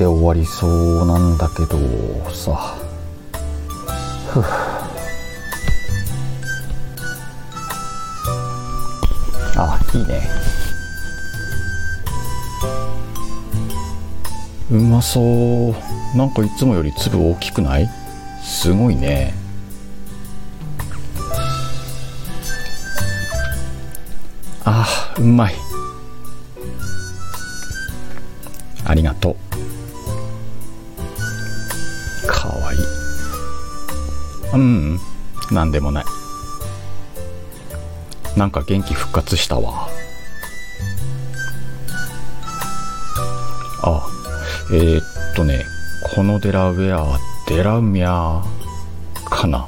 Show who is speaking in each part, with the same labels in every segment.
Speaker 1: で終わりそうなんだけどさ。あ、いいね。うまそう。なんかいつもより粒大きくない？すごいね。あ、うまい。ありがとう。かわいい。なんでもない。なんか元気復活したわ。あ、このデラウェア、デラミャーかな。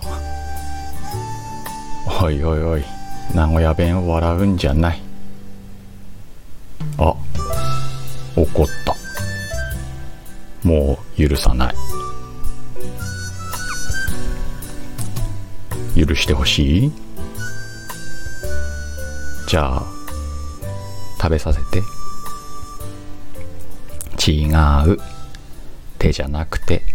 Speaker 1: おいおいおい、名古屋弁笑うんじゃない。あ、怒った。もう許さない。許してほしい？じゃあ食べさせて。違う、手じゃなくて。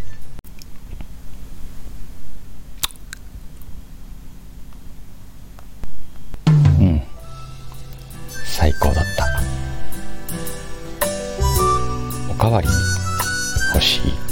Speaker 1: 最高だった。おかわり欲しい？